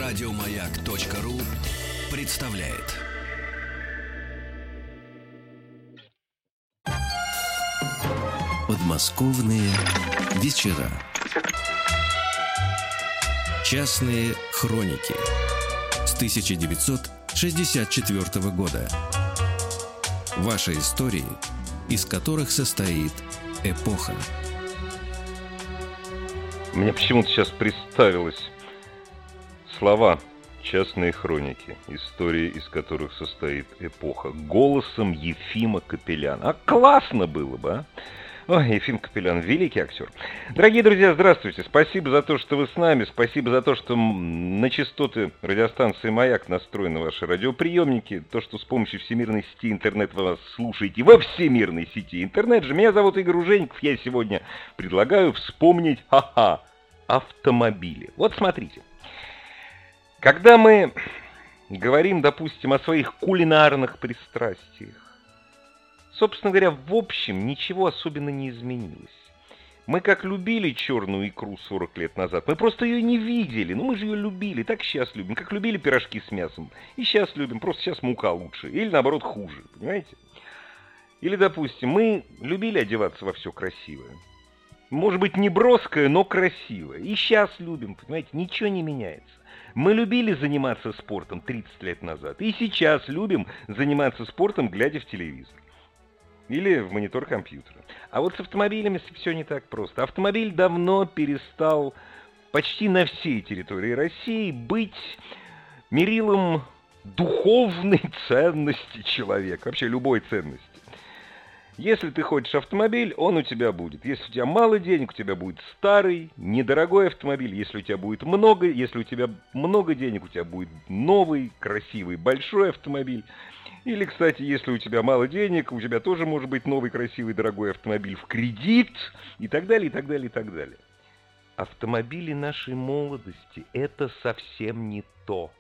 Радиомаяк.ру представляет. Подмосковные вечера. Частные хроники с 1964 года. Ваши истории, из которых состоит эпоха. Мне почему-то сейчас представилось слова «Частные хроники», истории, из которых состоит эпоха, голосом Ефима Капеляна. А классно было бы, а? Ой, Ефим Капелян, великий актер. Дорогие друзья, здравствуйте. Спасибо за то, что вы с нами. Спасибо за то, что на частоты радиостанции «Маяк» настроены ваши радиоприемники. То, что с помощью всемирной сети интернет вы вас слушаете во всемирной сети интернет же. Меня зовут Игорь Ужеников. Я сегодня предлагаю вспомнить, автомобили. Вот смотрите. Когда мы говорим, допустим, о своих кулинарных пристрастиях, собственно говоря, в общем, ничего особенно не изменилось. Мы как любили черную икру 40 лет назад, мы просто ее не видели, но мы же ее любили, так сейчас любим. Как любили пирожки с мясом, и сейчас любим, просто сейчас мука лучше, или наоборот хуже, понимаете? Или, допустим, мы любили одеваться во все красивое. Может быть, не броское, но красивое. И сейчас любим, понимаете, ничего не меняется. Мы любили заниматься спортом 30 лет назад, и сейчас любим заниматься спортом, глядя в телевизор. Или в монитор компьютера. А вот с автомобилями все не так просто. Автомобиль давно перестал почти на всей территории России быть мерилом духовной ценности человека. Вообще любой ценности. Если ты хочешь автомобиль, он у тебя будет. Если у тебя мало денег, у тебя будет старый, недорогой автомобиль. Если у тебя будет много, если у тебя много денег, у тебя будет новый, красивый, большой автомобиль. Или, кстати, если у тебя мало денег, у тебя тоже может быть новый, красивый, дорогой автомобиль в кредит, и так далее, и так далее, и так далее. Автомобили нашей молодости – это совсем не то.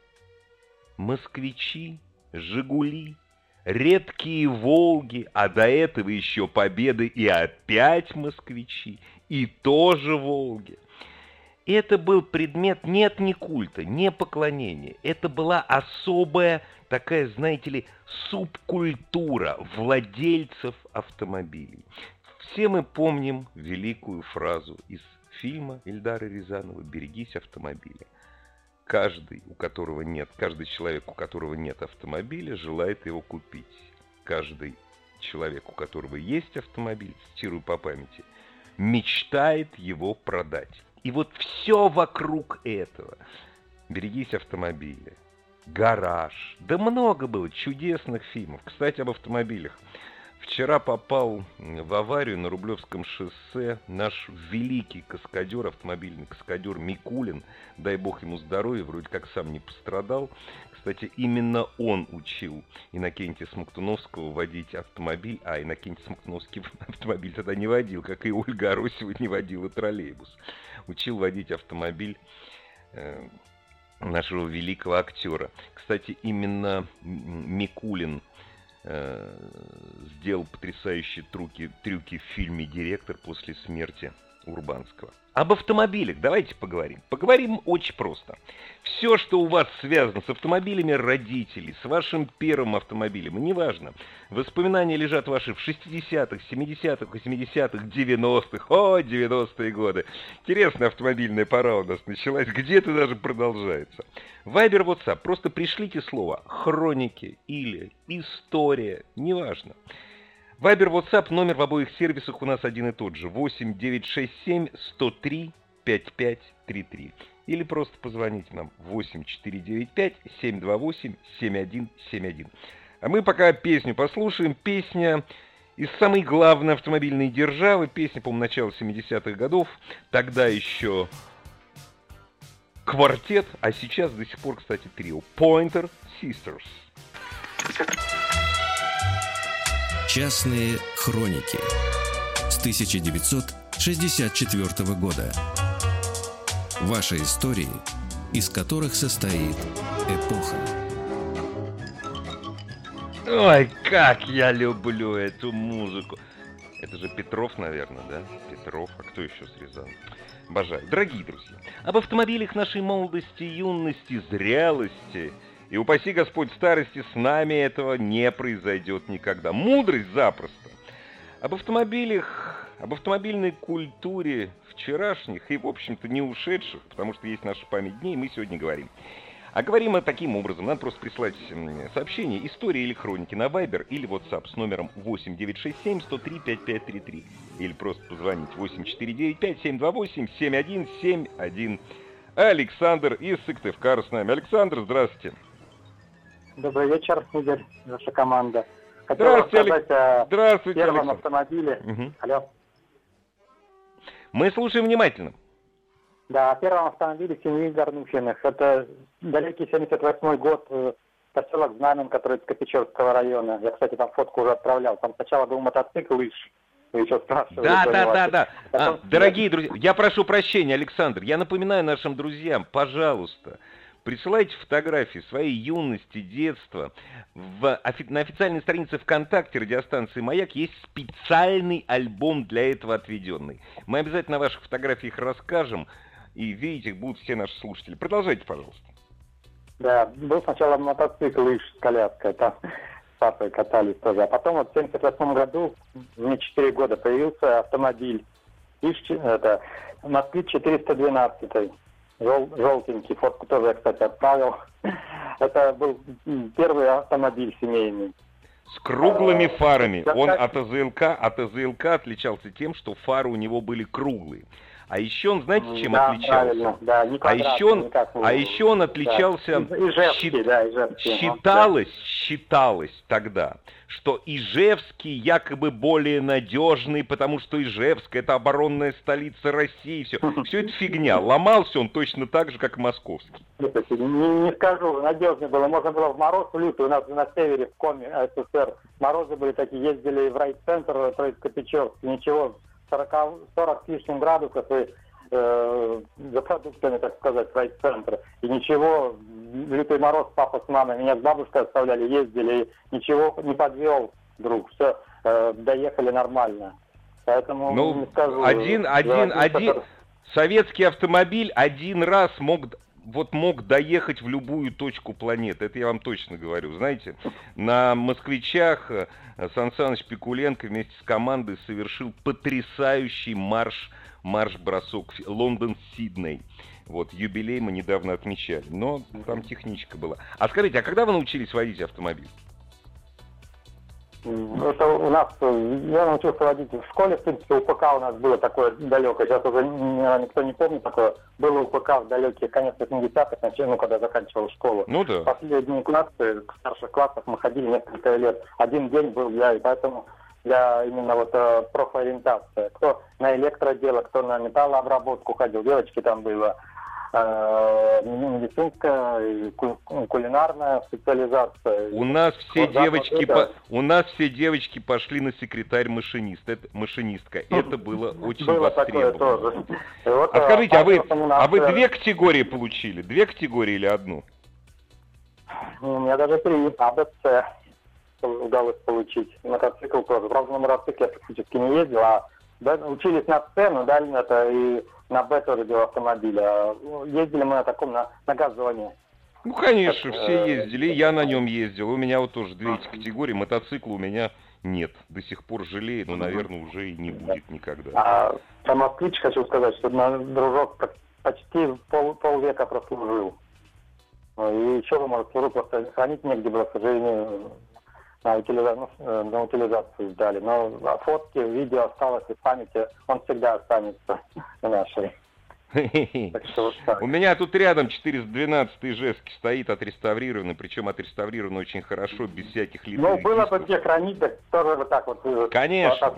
Москвичи, Жигули, редкие Волги, а до этого еще Победы и опять москвичи, и тоже Волги. Это был предмет нет ни культа, ни поклонения. Это была особая такая, знаете ли, субкультура владельцев автомобилей. Все мы помним великую фразу из фильма Эльдара Рязанова «Берегись автомобиля». Каждый человек, у которого нет автомобиля, желает его купить. Каждый человек, у которого есть автомобиль, цитирую по памяти, мечтает его продать. И вот все вокруг этого. «Берегись автомобиля», «Гараж». Да много было чудесных фильмов. Кстати, об автомобилях. Вчера попал в аварию на Рублевском шоссе наш великий каскадер, автомобильный каскадер Микулин. Дай бог ему здоровья, вроде как сам не пострадал. Кстати, именно он учил Иннокентия Смоктуновского водить автомобиль, а Иннокентий Смоктуновский автомобиль тогда не водил, как и Ольга Аросева не водила троллейбус. Учил водить автомобиль нашего великого актера. Кстати, именно Микулин сделал потрясающие трюки в фильме «Директор» после смерти Урбанского. Об автомобилях давайте поговорим. Поговорим очень просто. Все, что у вас связано с автомобилями родителей, с вашим первым автомобилем, неважно. Воспоминания лежат ваши в 60-х, 70-х, 80-х, 90-х. О, 90-е годы. Интересная автомобильная пора у нас началась. Где-то даже продолжается. Вайбер, WhatsApp. Просто пришлите слово «хроники» или «история». Неважно. Вайбер, WhatsApp, номер в обоих сервисах у нас один и тот же. 8 967 103 5533. Или просто позвоните нам 8 495 728 7171. А мы пока песню послушаем. Песня из самой главной автомобильной державы. Песня, по-моему, начала 70-х годов. Тогда еще квартет, а сейчас до сих пор, кстати, трио. Pointer Sisters. Частные хроники с 1964 года. Ваши истории, из которых состоит эпоха. Ой, как я люблю эту музыку. Это же Петров, наверное, да? Петров, а кто еще с Рязани? Обожаю. Дорогие друзья, об автомобилях нашей молодости, юности, зрелости и, упаси Господь, старости с нами этого не произойдет никогда. Мудрость запросто. Об автомобилях, об автомобильной культуре вчерашних и, в общем-то, не ушедших, потому что есть наша память дней, мы сегодня говорим. А говорим мы таким образом. Надо просто прислать сообщение, истории или хроники на Viber или WhatsApp с номером 8967-103-5533. Или просто позвонить 8495-728-7171. Александр из Сыктывкара с нами. Александр, здравствуйте. Добрый вечер, Игорь, ваша команда. Здравствуйте, Здравствуйте, первом Александр. автомобиле. Угу. Алло. Мы слушаем внимательно. Да, о первом автомобиле семьи Горнухиных. Это далекий 78-й год, поселок Знамен, который из Копичевского района. Я, кстати, там фотку уже отправлял. Там сначала был мотоцикл, лыж. Вы еще спрашивали. Да. Дорогие друзья, я прошу прощения, Александр. Я напоминаю нашим друзьям, пожалуйста, присылайте фотографии своей юности, детства. На официальной странице ВКонтакте радиостанции «Маяк» есть специальный альбом для этого отведенный. Мы обязательно о ваших фотографиях расскажем, и видеть их будут все наши слушатели. Продолжайте, пожалуйста. Да, был сначала мотоцикл, лыж с коляской, там с папой катались тоже. А потом вот в 78 году, мне 4 года, появился автомобиль. Это Москвич 412. Желтенький, фотку тоже я, кстати, отправил. Это был первый автомобиль семейный. С круглыми фарами. Он от АЗЛК отличался тем, что фары у него были круглые. А еще он, знаете, чем отличался? Да, еще он отличался... Считалось тогда, что Ижевский якобы более надежный, потому что Ижевск — это оборонная столица России. Все это фигня. Ломался он точно так же, как и московский. Не скажу, надежный было. Можно было в мороз в лютый. У нас на севере, в Коми, СССР, морозы были такие. Ездили в райцентр, то есть Копичевск, ничего... 40 с лишним градусов и за продуктами, так сказать, в райцентр. И ничего, лютый мороз, папа с мамой, меня с бабушкой оставляли, ездили, и ничего не подвел вдруг. Все, доехали нормально. Поэтому не скажу. Советский автомобиль один раз мог доехать в любую точку планеты. Это я вам точно говорю. Знаете, на москвичах Сан Саныч Пикуленко вместе с командой совершил потрясающий марш-бросок Лондон-Сидней. Вот, юбилей мы недавно отмечали. Но там техничка была. А скажите, а когда вы научились водить автомобиль? Это у нас, я научился водить в школе, в принципе, УПК у нас было такое далекое, сейчас уже никто не помнит такое, было УПК в далекие конец 80-х, когда я заканчивал школу. Ну да. Последние классы, в старших классах мы ходили несколько лет, один день был и поэтому для именно вот профориентация. Кто на электродело, кто на металлообработку ходил, девочки там было. Медицинская, кулинарная специализация. У нас все девочки пошли на машинистка. Это было очень востребовано. А скажите, а вы две категории получили? Две категории или одну? У меня даже 3 АБЦ удалось получить. Мотоцикл тоже. Правда, на мотоцикле я практически не ездил, а учились на С, но дали это и на Б тоже делал автомобиля. Ездили мы на таком, на газоне. Ну, конечно, все ездили, я на нем ездил. У меня вот тоже 2 эти категории, мотоцикла у меня нет. До сих пор жалею, но, наверное, уже и не будет никогда. А про москвич хочу сказать, что дружок почти полвека прослужил. И еще бы, может, служил, просто хранить негде было, к сожалению, на утилизацию сдали. Но фотки, видео осталось и в памяти, он всегда останется в нашей. У меня тут рядом 412 Ижевский стоит, отреставрированный, причем отреставрирован очень хорошо, без всяких литров. Ну, было бы где хранить, так тоже вот так вот. Конечно.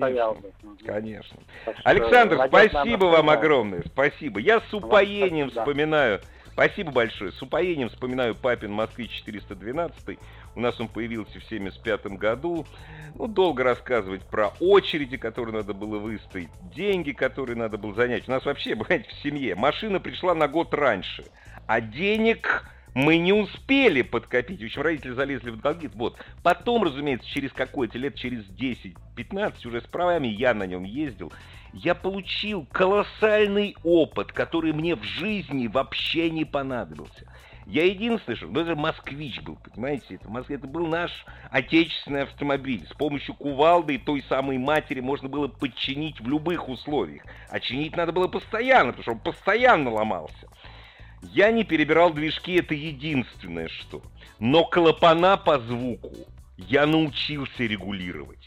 Александр, спасибо вам огромное, спасибо. Я с упоением вспоминаю, спасибо большое, с упоением вспоминаю папин Москвич 412. У нас он появился в 1975 году. Ну, долго рассказывать про очереди, которые надо было выстоять, деньги, которые надо было занять. У нас вообще, понимаете, в семье машина пришла на год раньше, а денег Мы не успели подкопить. В общем, родители залезли в долги. Вот. Потом, разумеется, через какое-то лет, через 10-15, уже с правами я на нем ездил. Я получил колоссальный опыт, который мне в жизни вообще не понадобился. Я единственное, что это «Москвич» был, понимаете? Это был наш отечественный автомобиль. С помощью кувалды и той самой матери можно было подчинить в любых условиях. А чинить надо было постоянно, потому что он постоянно ломался. Я не перебирал движки, это единственное что. Но клапана по звуку я научился регулировать.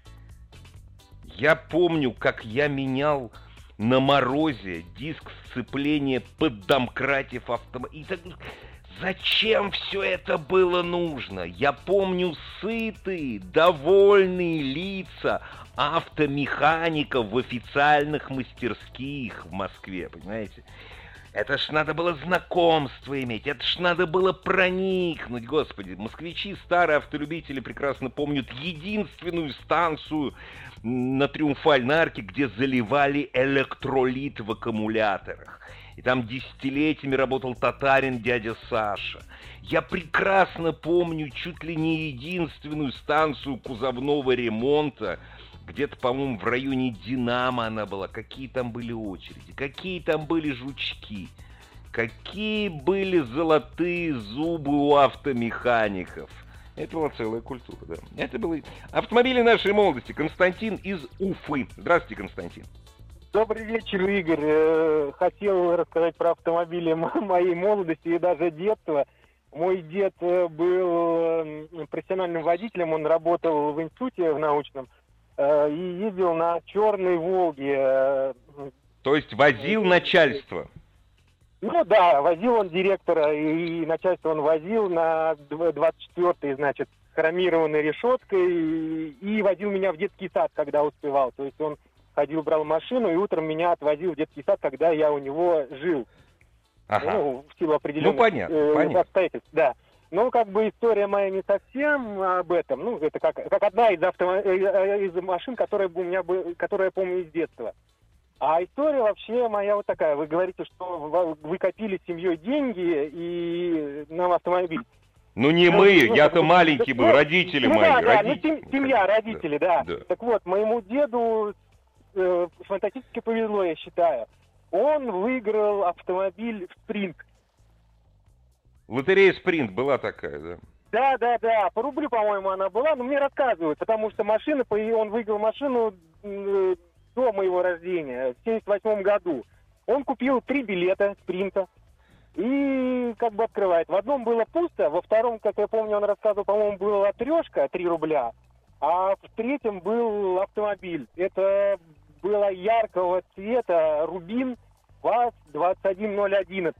Я помню, как я менял на морозе диск сцепления поддомкратив автомобиля. Зачем все это было нужно? Я помню сытые, довольные лица автомехаников в официальных мастерских в Москве, понимаете? Это ж надо было знакомство иметь, это ж надо было проникнуть, господи. Москвичи, старые автолюбители прекрасно помнят единственную станцию на Триумфальной арке, где заливали электролит в аккумуляторах. И там десятилетиями работал татарин дядя Саша. Я прекрасно помню чуть ли не единственную станцию кузовного ремонта, где-то, по-моему, в районе Динамо она была. Какие там были очереди, какие там были жучки, какие были золотые зубы у автомехаников. Это была целая культура, да. Это были автомобили нашей молодости. Константин из Уфы. Здравствуйте, Константин. Добрый вечер, Игорь. Хотел рассказать про автомобили моей молодости и даже детства. Мой дед был профессиональным водителем, он работал в институте в научном и ездил на черной «Волге». То есть возил начальство? Ну да, возил он директора, и начальство он возил на 24-й, значит, с хромированной решеткой, и возил меня в детский сад, когда успевал. То есть он ходил, брал машину, и утром меня отвозил в детский сад, когда я у него жил. Ага. Ну, в силу определенных понятно. обстоятельств, да. Ну, как бы история моя не совсем об этом. Ну, это как одна из машин, которая я помню из детства. А история вообще моя вот такая. Вы говорите, что вы копили с семьей деньги и нам автомобиль. Ну, не мы, я-то маленький был, родители мои. Да, родители. Семья, родители, да. Так вот, моему деду фантастически повезло, я считаю. Он выиграл автомобиль «Спринт». Лотерея «Спринт» была такая, да? Да. По рублю, по-моему, она была. Но мне рассказывают, потому что он выиграл машину до моего рождения, в 1978 году. Он купил 3 билета «Спринта» и как бы открывает. В одном было пусто, во втором, как я помню, он рассказывал, по-моему, была лотережка, 3 рубля, а в третьем был автомобиль. Это было яркого цвета «Рубин» ВАЗ-21011.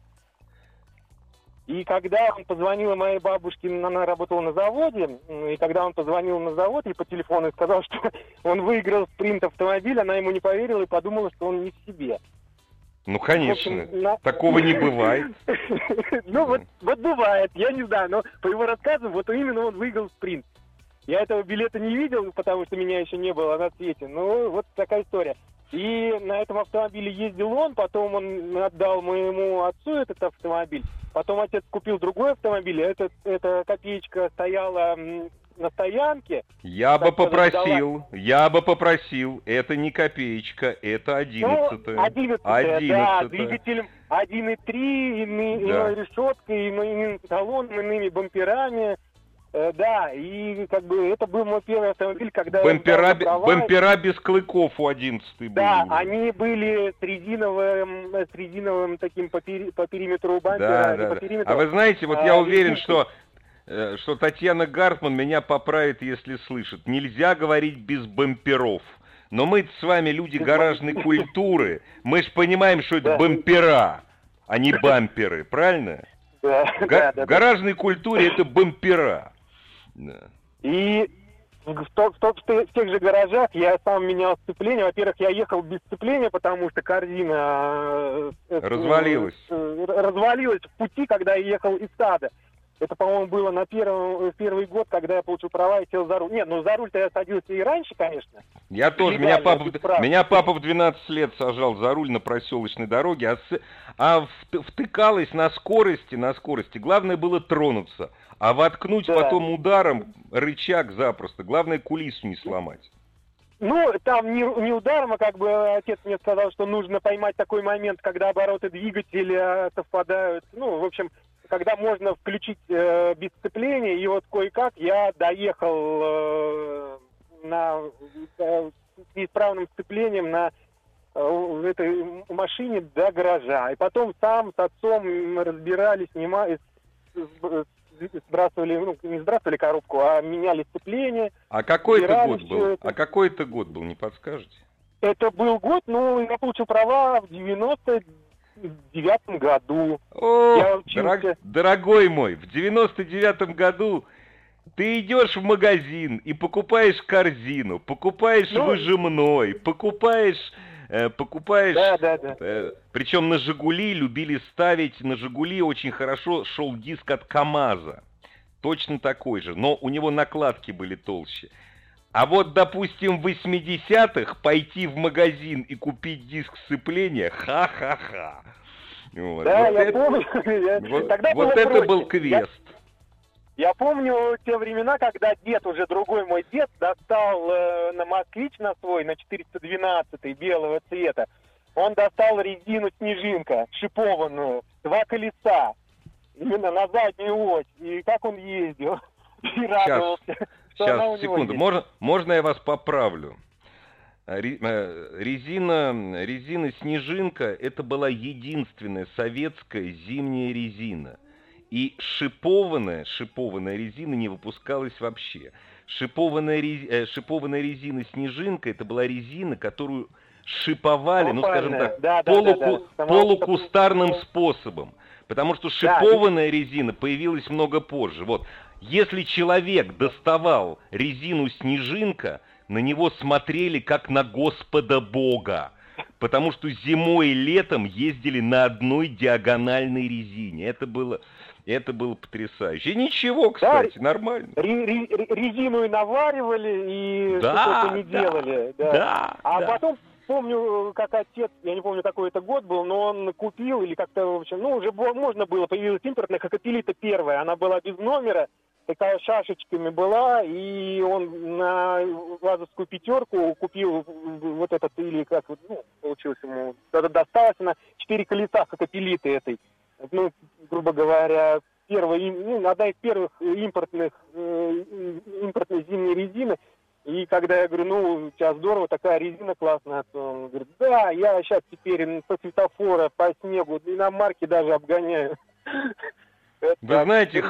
И когда он позвонил моей бабушке, она работала на заводе, и когда он позвонил на завод и по телефону и сказал, что он выиграл «Спринт» автомобиль, она ему не поверила и подумала, что он не в себе. Ну, конечно, такого не бывает. Ну, вот бывает, я не знаю, но по его рассказам, вот именно он выиграл «Спринт». Я этого билета не видел, потому что меня еще не было на свете, ну, вот такая история. И на этом автомобиле ездил он, потом он отдал моему отцу этот автомобиль. Потом отец купил другой автомобиль, эта копеечка стояла на стоянке. Я бы попросил, это не копеечка, это 11-я. Ну, 11-я, да, двигателем 1.3, иной решеткой, иным талоном, иными бамперами. Да, и как бы это был мой первый автомобиль, когда бампера без клыков у 11-й были. Да, они были с резиновым таким по периметру бампера. Да. А вы знаете, вот я уверен, что Татьяна Гартман меня поправит, если слышит. Нельзя говорить без бамперов. Но мы с вами люди гаражной культуры. Мы же понимаем, что это бампера, а не бамперы, правильно? В гаражной культуре это бампера. Да. И в тех же гаражах я сам менял сцепление. Во-первых, я ехал без сцепления, потому что корзина развалилась в пути, когда я ехал из сада. Это, по-моему, было на первый год, когда я получил права и сел за руль. Нет, ну за руль-то я садился и раньше, конечно. Я тоже. Меня папа в 12 лет сажал за руль на проселочной дороге, втыкалось на скорости. Главное было тронуться, а воткнуть потом ударом рычаг запросто. Главное кулису не сломать. Ну, там не ударом, а как бы отец мне сказал, что нужно поймать такой момент, когда обороты двигателя совпадают. Ну, в общем, когда можно включить без сцепления, и вот кое-как я доехал с неисправным сцеплением на этой машине до гаража. И потом сам с отцом разбирались, сбрасывали, ну, не сбрасывали коробку, а меняли сцепление. А какой это год был? А какой это год был, не подскажете? Это был год, ну, я получил права в 99-м году. О, дорогой мой, в 99-м году ты идешь в магазин и покупаешь корзину, покупаешь выжимной, покупаешь... Причем на «Жигули» любили ставить, на «Жигули» очень хорошо шел диск от КамАЗа. Точно такой же, но у него накладки были толще. А вот, допустим, в 80-х пойти в магазин и купить диск сцепления, ха-ха-ха. Вот. Да, вот я помню. Вот это был квест. Я помню те времена, когда дед, уже другой мой дед, достал на «Москвич» на свой, на 412 белого цвета, он достал резину «Снежинка» шипованную, 2 колеса, именно на заднюю ось. И как он ездил, и радовался. Сейчас, секунду, можно я вас поправлю? Резина «Снежинка» это была единственная советская зимняя резина. И шипованная резина не выпускалась вообще. Шипованная резина «Снежинка» это была резина, которую шиповали, ну скажем так, полукустарным способом. Потому что шипованная резина появилась много позже. Вот, если человек доставал резину «Снежинка», на него смотрели как на Господа Бога. Потому что зимой и летом ездили на одной диагональной резине. Это было потрясающе. И ничего, кстати, нормально. Резину и наваривали, и что-то не делали. Потом помню, как отец, я не помню, какой это год был, но он купил, или как-то, в общем, ну, уже можно было, появилась импортная Хакапелита первая, она была без номера, такая шашечками была, и он на ВАЗовскую пятерку купил вот этот, или как, ну, получилось ему, досталось на 4 колеса Хакапелиты этой. Ну, грубо говоря, одна из первых импортной зимней резины. И когда я говорю, ну, сейчас здорово, такая резина классная, то он говорит, да, я сейчас теперь со светофора по снегу, и на марке даже обгоняю. Вы знаете,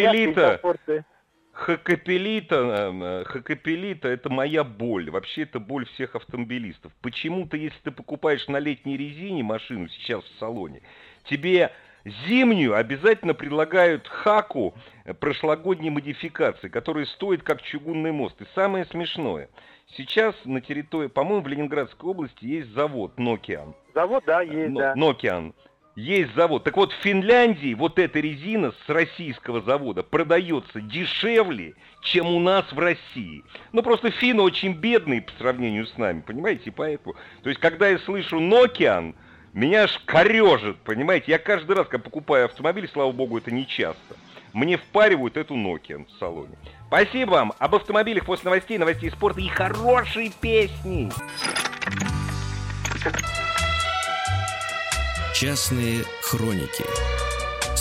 Хакапелита это моя боль. Вообще это боль всех автомобилистов. Почему-то, если ты покупаешь на летней резине машину сейчас в салоне, тебе зимнюю обязательно предлагают Хаку прошлогодней модификации, которая стоит как чугунный мост. И самое смешное, сейчас на территории, по-моему, в Ленинградской области есть завод Nokian. Завод, да, есть, да. Nokian. Есть завод. Так вот, в Финляндии вот эта резина с российского завода продается дешевле, чем у нас в России. Ну, просто финны очень бедные по сравнению с нами, понимаете, поэтому... То есть, когда я слышу Nokian, меня аж корежит, понимаете? Я каждый раз, когда покупаю автомобиль, слава богу, это не часто, мне впаривают эту Nokian в салоне. Спасибо вам. Об автомобилях после новостей спорта и хорошей песни. Частные хроники с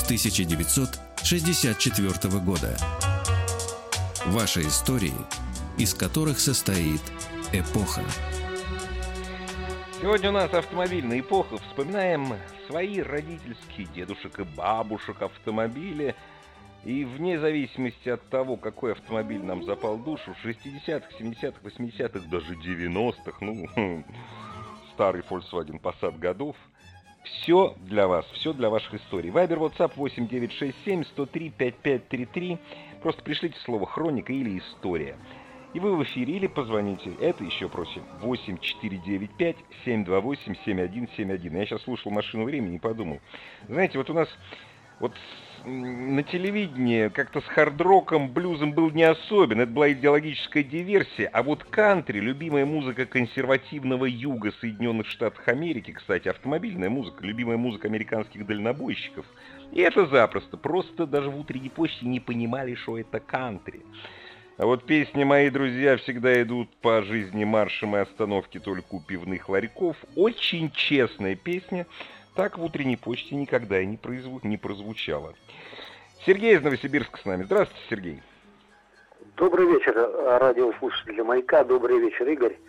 1964 года. Ваши истории, из которых состоит эпоха. Сегодня у нас автомобильная эпоха. Вспоминаем свои родительские, дедушек и бабушек автомобили. И вне зависимости от того, какой автомобиль нам запал в душу, в 60-х, 70-х, 80-х, даже 90-х, ну, старый Volkswagen Passat годов, все для вас, все для ваших историй. Вайбер, WhatsApp 8967-103-5533. Просто пришлите слово «хроника» или «история». И вы в эфире или позвоните. Это еще просим. 8495-728-7171. Я сейчас слушал «Машину времени» и подумал. Знаете, вот у нас Вот на телевидении как-то с хард-роком, блюзом был не особен, это была идеологическая диверсия, а вот кантри, любимая музыка консервативного юга Соединенных Штатов Америки, кстати, автомобильная музыка, любимая музыка американских дальнобойщиков, и это запросто, просто даже в утренней почте не понимали, что это кантри. А вот песни «Мои друзья всегда идут по жизни маршем и остановки только у пивных ларьков», очень честная песня, так в утренней почте никогда и не прозвучало. Сергей из Новосибирска с нами. Здравствуйте, Сергей. Добрый вечер, радиослушатели «Маяка». Добрый вечер, Игорь.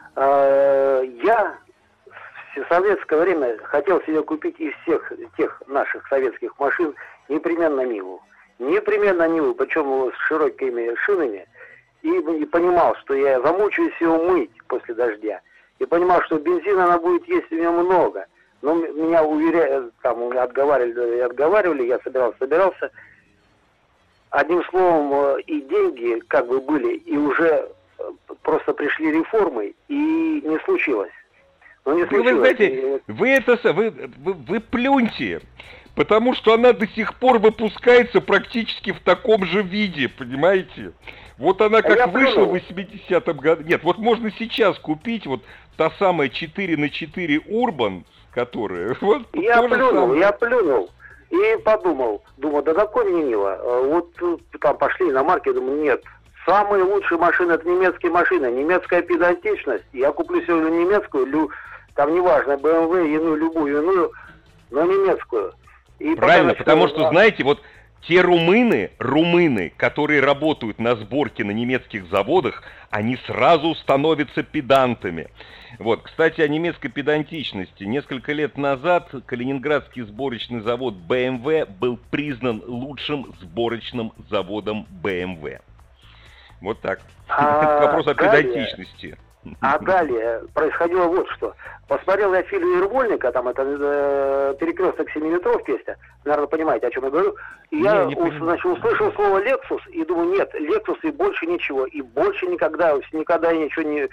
Я в советское время хотел себе купить из всех тех наших советских машин непременно Ниву. Непременно Ниву, причем с широкими шинами. И понимал, что я замучаюсь его мыть после дождя. И понимал, что бензина она будет есть у меня много. Но меня уверяли, там отговаривали, я собирался. Одним словом, и деньги как бы были, и уже просто пришли реформы, и не случилось. Но не случилось. Вы знаете, вы плюньте, потому что она до сих пор выпускается практически в таком же виде, понимаете? Вот она как вышла в 80-м году. Нет, вот можно сейчас купить вот та самая 4x4 Urban, которая... Вот, я плюнул. И подумал, да какой мне Нива? Вот там пошли на маркет, думаю, нет. Самые лучшие машины — это немецкие машины. Немецкая педантичность. Я куплю себе немецкую, там неважно, BMW, любую, но немецкую. И правильно, потому что, знаете, вот те румыны, которые работают на сборке на немецких заводах, они сразу становятся педантами. Вот, кстати, о немецкой педантичности. Несколько лет назад калининградский сборочный завод BMW был признан лучшим сборочным заводом BMW. Вот так. Вопрос о педантичности. А далее происходило вот что. Посмотрел я фильм Ермольника, там это «Перекресток Семиметровки», если, наверное, понимаете, о чем я говорю. И я услышал слово «Lexus» и думаю, нет, Lexus и больше ничего. И больше никогда я ничего не...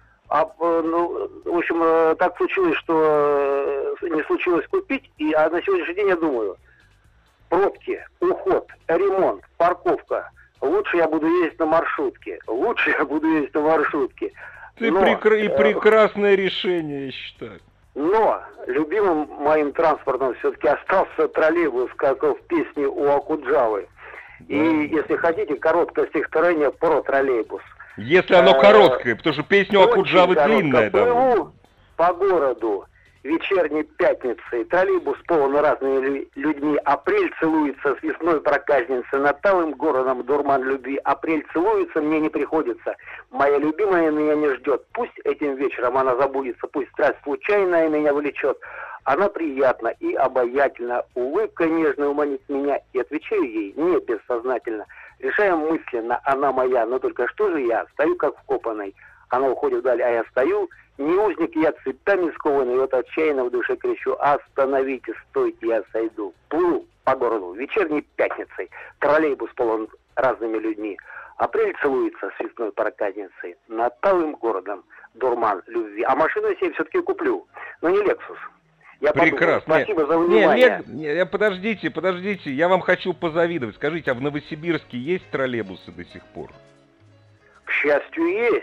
в общем, так случилось, что не случилось купить. А на сегодняшний день я думаю, пробки, уход, ремонт, парковка. Лучше я буду ездить на маршрутке. Прекрасное решение, я считаю. Но любимым моим транспортом все-таки остался троллейбус, как в песне у Акуджавы. И, если хотите, короткое стихотворение про троллейбус. Если оно короткое, потому что песня у Акуджавы длинная. Плыву по городу вечерней пятницей. Троллейбус полон разными людьми. Апрель целуется с весной проказницей. Над талым городом дурман любви. Апрель целуется, мне не приходится. Моя любимая меня не ждет. Пусть этим вечером она забудется. Пусть страсть случайная меня влечет. Она приятна и обаятельна. Улыбка нежная уманит меня. И отвечаю ей не бессознательно. Решаю мысленно, она моя. Но только что же я? Стою как вкопанный. Она уходит вдаль, а я стою. Не узник, я цепями скованный, вот отчаянно в душе кричу: остановите, стойте, я сойду. Плыву по городу вечерней пятницей, троллейбус полон разными людьми. Апрель целуется с весной проказницей, над талым городом дурман любви. А машину я себе все-таки куплю, но не Lexus. Я прекрасно. Подумал, спасибо за внимание. Подождите, я вам хочу позавидовать. Скажите, а в Новосибирске есть троллейбусы до сих пор? К счастью, есть.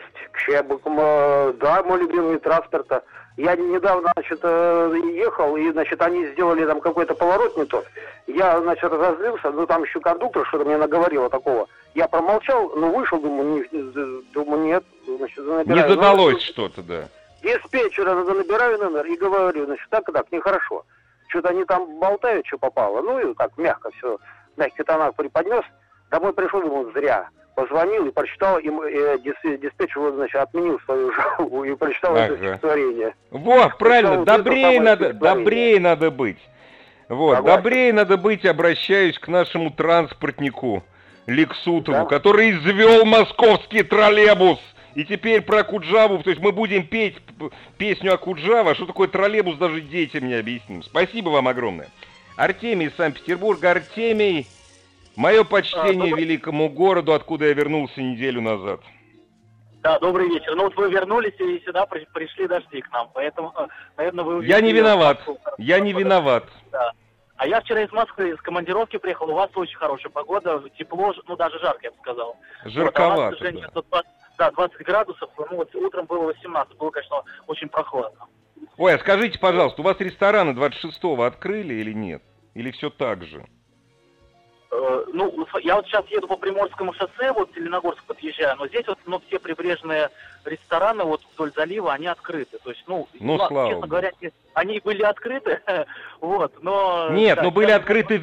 Да, мой любимый вид транспорта. Я недавно, ехал, и, они сделали там какой-то поворот не тот. Я, разозлился, там еще кондуктор что-то мне наговорило такого. Я промолчал, вышел, думаю, нет. Не задалось что-то, да. Диспетчера набираю номер и говорю, так, нехорошо. Что-то они там болтают, что попало. И так, мягко все, в мягких тонах преподнес. Домой пришел, думаю, зря. Позвонил и прочитал, и диспетчер, отменил свою жалобу и прочитал это стихотворение. Вот, правильно, добрее надо быть. Вот, добрее надо быть, обращаюсь к нашему транспортнику Лексутову, который извел московский троллейбус. И теперь про Акуджаву, то есть мы будем петь песню Акуджава, а что такое троллейбус, даже детям не объясним. Спасибо вам огромное. Артемий из Санкт-Петербурга. Артемий, мое почтение великому городу, откуда я вернулся неделю назад. Да, добрый вечер. Вы вернулись и сюда пришли дожди к нам, поэтому, наверное, вы... Я не виноват. Да. А я вчера из Москвы, из командировки приехал, у вас очень хорошая погода, тепло, ну даже жарко, я бы сказал. Жарковато, вот, а у нас, к сожалению, да. 20 градусов, ну вот утром было 18, было, конечно, очень прохладно. Ой, а скажите, пожалуйста, у вас рестораны 26-го открыли или нет? Или все так же? Ну, я вот сейчас еду по Приморскому шоссе, вот в Зеленогорск подъезжаю, но здесь вот, ну, все прибрежные рестораны вот вдоль залива, они открыты. То есть, ну слава честно Богу. говоря, они были открыты, вот, но... Нет, да, но были открыты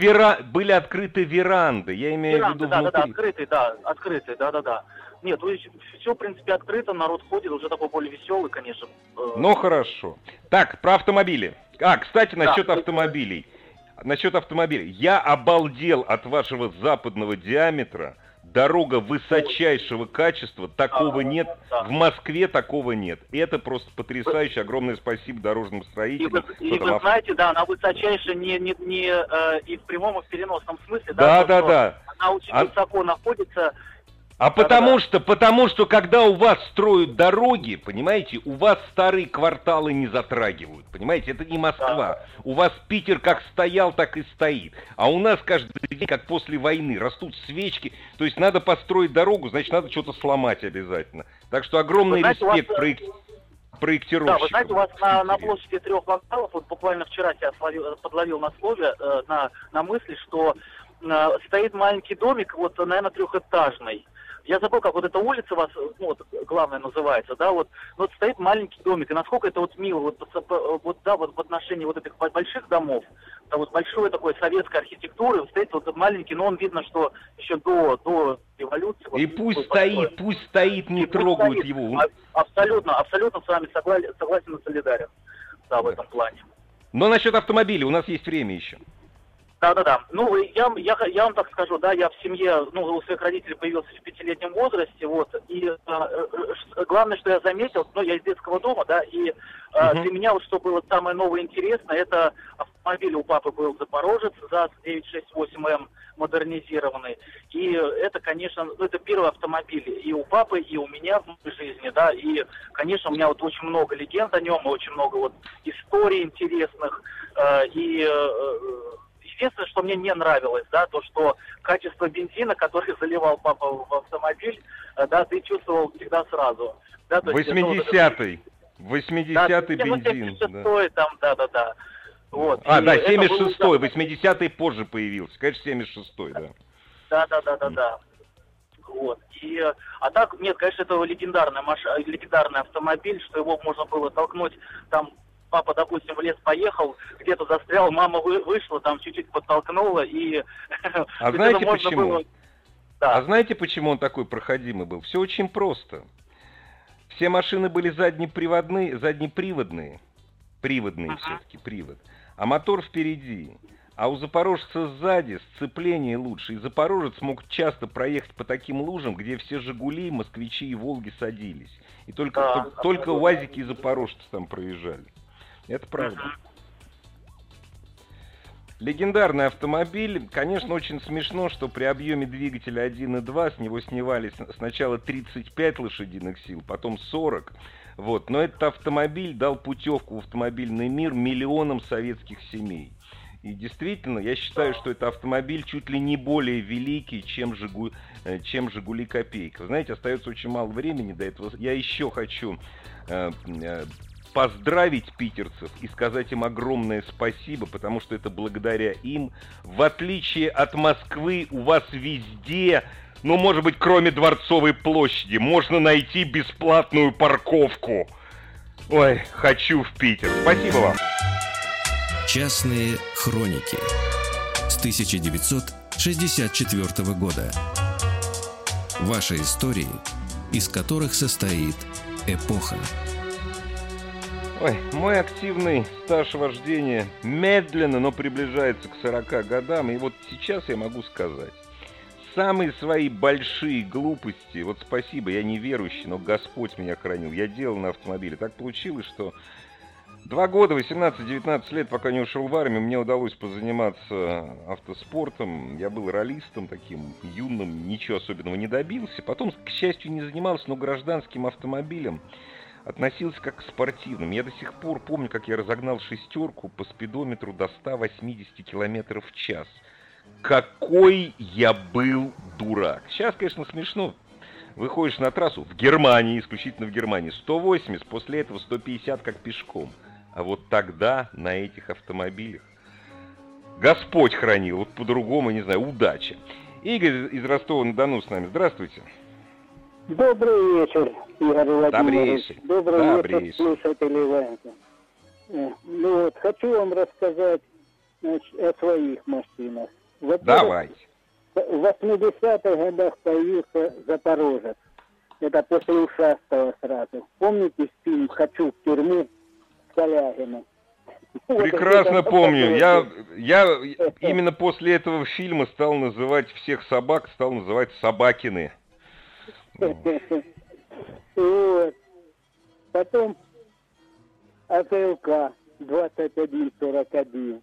веранды, я имею в виду внутри. открытые, да. Нет, все, в принципе, открыто, народ ходит, уже такой более веселый, конечно. Ну, хорошо. Так, про автомобили. Кстати, насчет автомобилей. Насчет автомобилей. Я обалдел от вашего западного диаметра. Дорога высочайшего качества. Такого нет. В Москве такого нет. Это просто потрясающе. Огромное спасибо дорожным строителям. И вы знаете, да, она высочайшая не и в прямом, и в переносном смысле. Да. Она очень высоко находится. Потому что когда у вас строят дороги, понимаете, у вас старые кварталы не затрагивают, понимаете, это не Москва. У вас Питер как стоял, так и стоит. А у нас каждый день, как после войны, растут свечки. То есть надо построить дорогу, значит, надо что-то сломать обязательно. Так что огромный респект проектировщикам. Да, вы знаете, у вас на площади 3 вокзалов, вот буквально вчера тебя подловил на слове, на мысли, что стоит маленький домик, вот, наверное, 3-этажный. Я забыл, как вот эта улица у вас, ну, вот, главная называется, да, вот стоит маленький домик, и насколько это вот мило, вот в отношении вот этих больших домов, да, вот большой такой советской архитектуры, вот стоит вот маленький, но он видно, что еще до революции. И пусть стоит, не трогают его. Абсолютно с вами согласен и солидарен, да, в этом плане. Но насчет автомобиля у нас есть время еще. Да. Ну, я вам так скажу, да, я в семье, ну, у своих родителей появился в 5-летнем возрасте, вот, и главное, что я заметил, ну, я из детского дома, да, и для меня вот что было самое новое и интересное, это автомобиль у папы был Запорожец ЗАЗ-968М модернизированный, и это, конечно, это первый автомобиль и у папы, и у меня в моей жизни, да, и, конечно, у меня вот очень много легенд о нем, очень много вот историй интересных, единственное, что мне не нравилось, да, то, что качество бензина, который заливал папа в автомобиль, да, ты чувствовал всегда сразу. Да, 80-й бензин. 76-й там, да. Вот. 76-й, 80-й позже появился, конечно, 76-й, да. Да. Вот. А так, нет, конечно, это легендарный автомобиль, что его можно было толкнуть там. Папа, допустим, в лес поехал, где-то застрял, мама вышла, там чуть-чуть подтолкнула, и... А знаете почему? Да. А знаете, почему он такой проходимый был? Все очень просто. Все машины были заднеприводные, все-таки привод, а мотор впереди. А у запорожца сзади сцепление лучше, и запорожец мог часто проехать по таким лужам, где все «Жигули», «Москвичи» и «Волги» садились. И только УАЗики и запорожцы там проезжали. Это правда. Легендарный автомобиль. Конечно, очень смешно, что при объеме двигателя 1.2 с него снимали сначала 35 лошадиных сил, потом 40. Вот. Но этот автомобиль дал путевку в автомобильный мир миллионам советских семей. И действительно, я считаю, что это автомобиль чуть ли не более великий, чем «Жигули» Копейка. Знаете, остается очень мало времени до этого. Я еще хочу поздравить питерцев и сказать им огромное спасибо, потому что это благодаря им, в отличие от Москвы, у вас везде, ну, может быть, кроме Дворцовой площади, можно найти бесплатную парковку. Ой, хочу в Питер. Спасибо вам. Частные хроники с 1964 года. Ваши истории, из которых состоит эпоха. Ой, мой активный стаж вождения медленно, но приближается к 40 годам. И вот сейчас я могу сказать, самые свои большие глупости, вот спасибо, я не верующий, но Господь меня хранил, я делал на автомобиле. Так получилось, что 2 года, 18-19 лет, пока не ушел в армию, мне удалось позаниматься автоспортом. Я был раллистом таким юным, ничего особенного не добился. Потом, к счастью, не занимался, но гражданским автомобилем. относился как к спортивным. Я до сих пор помню, как я разогнал шестерку по спидометру до 180 км в час. Какой я был дурак. Сейчас, конечно, смешно. Выходишь на трассу в Германии, исключительно в Германии, 180, после этого 150 как пешком. А вот тогда на этих автомобилях Господь хранил, вот по-другому, не знаю, удача. Игорь из Ростова-на-Дону с нами. Здравствуйте. Добрый вечер, Игорь Владимирович. Добрый вечер, слушатели. Ну вот, хочу вам рассказать, значит, о своих машинах. Давайте. В 80-х годах появился «Запорожец». Это после ушастого сразу. Помните фильм «Хочу в тюрьму» с Калягиным? Прекрасно помню. Я именно после этого фильма стал называть всех собак, Собакины. Вот. Потом АЗЛК 2141.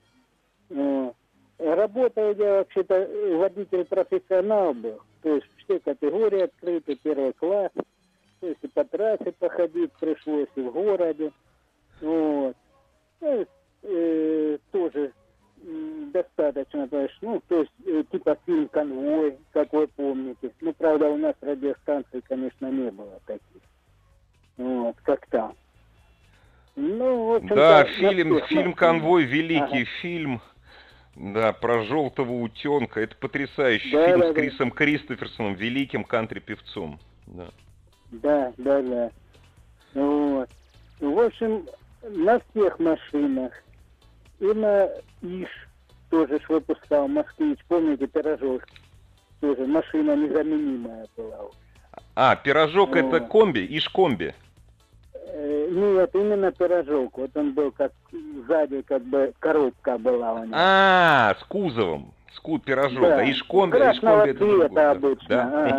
Работал я вообще-то, водитель-профессионал был. То есть все категории открыты, первый класс. То есть и по трассе походить пришлось, и в городе. Вот. То есть, тоже достаточно, ну, то есть типа фильм «Конвой», как вы помните. Ну, правда, у нас радиостанций, конечно, не было таких. Вот, как там. Ну, в общем-то, да, фильм «Конвой», великий фильм. Да, про желтого утенка. Это потрясающий фильм с Крисом Кристоферсоном, великим кантри-певцом. Да. Вот. В общем, на всех машинах. И на ИЖ тоже выпускал «Москвич». Помните, «Пирожок»? Тоже машина незаменимая была. А, «Пирожок» это комби? ИЖ-комби? Нет, именно «Пирожок». Вот он был как сзади, как бы коробка была у него. А, с кузовом. «Пирожок». Да. А ИЖ-комби? Красного цвета обычно. Да?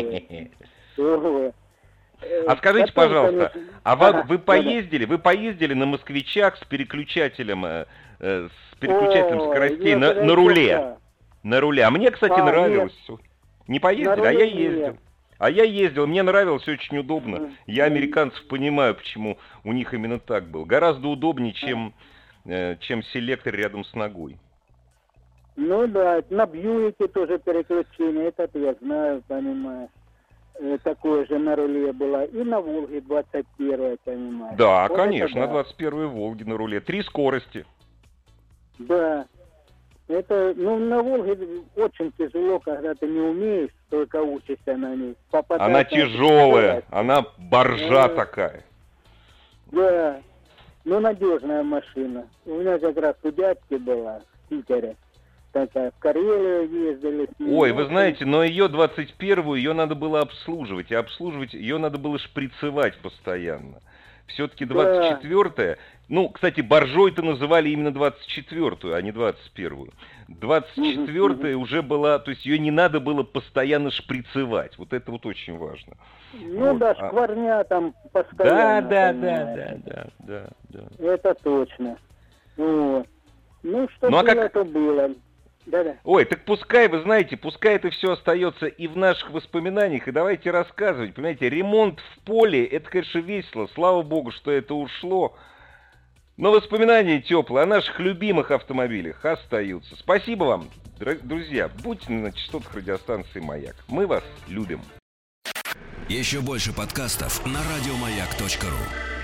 А скажите, пожалуйста, конечно... вы поездили на «Москвичах» с переключателем скоростей на руле? На руле. А мне, кстати, нравилось. Нет. Не поездили, а я ездил. Мне нравилось, очень удобно. Я американцев понимаю, почему у них именно так было. Гораздо удобнее, чем селектор рядом с ногой. Ну да, на Бьюике тоже переключение. Это я знаю, понимаю. Такое же на руле было. И на «Волге» 21-я, понимаешь. Да, вот конечно, на 21-й «Волге» на руле. 3 скорости. Да. Это, на «Волге» очень тяжело, когда ты не умеешь, только учишься на ней. Она тяжелая, она боржа такая. Да. Надежная машина. У меня как раз у дядьки была в Питере. Такая, в Карелию ездили. Ой, вы знаете, но ее 21-ю, ее надо было обслуживать. И обслуживать ее надо было шприцевать постоянно. Все-таки 24-я... Ну, кстати, боржой-то называли именно 24-ю, а не 21-ю. 24-я уже была... То есть ее не надо было постоянно шприцевать. Вот это вот очень важно. Шкварня там постоянно. Да. Это точно. Вот. Что было, то было. Да. Ой, так пускай, вы знаете, пускай это все остается и в наших воспоминаниях, и давайте рассказывать. Понимаете, ремонт в поле, это, конечно, весело. Слава богу, что это ушло. Но воспоминания теплые о наших любимых автомобилях остаются. Спасибо вам, друзья. Будьте на частотах радиостанции «Маяк». Мы вас любим. Еще больше подкастов на радиомаяк.ру.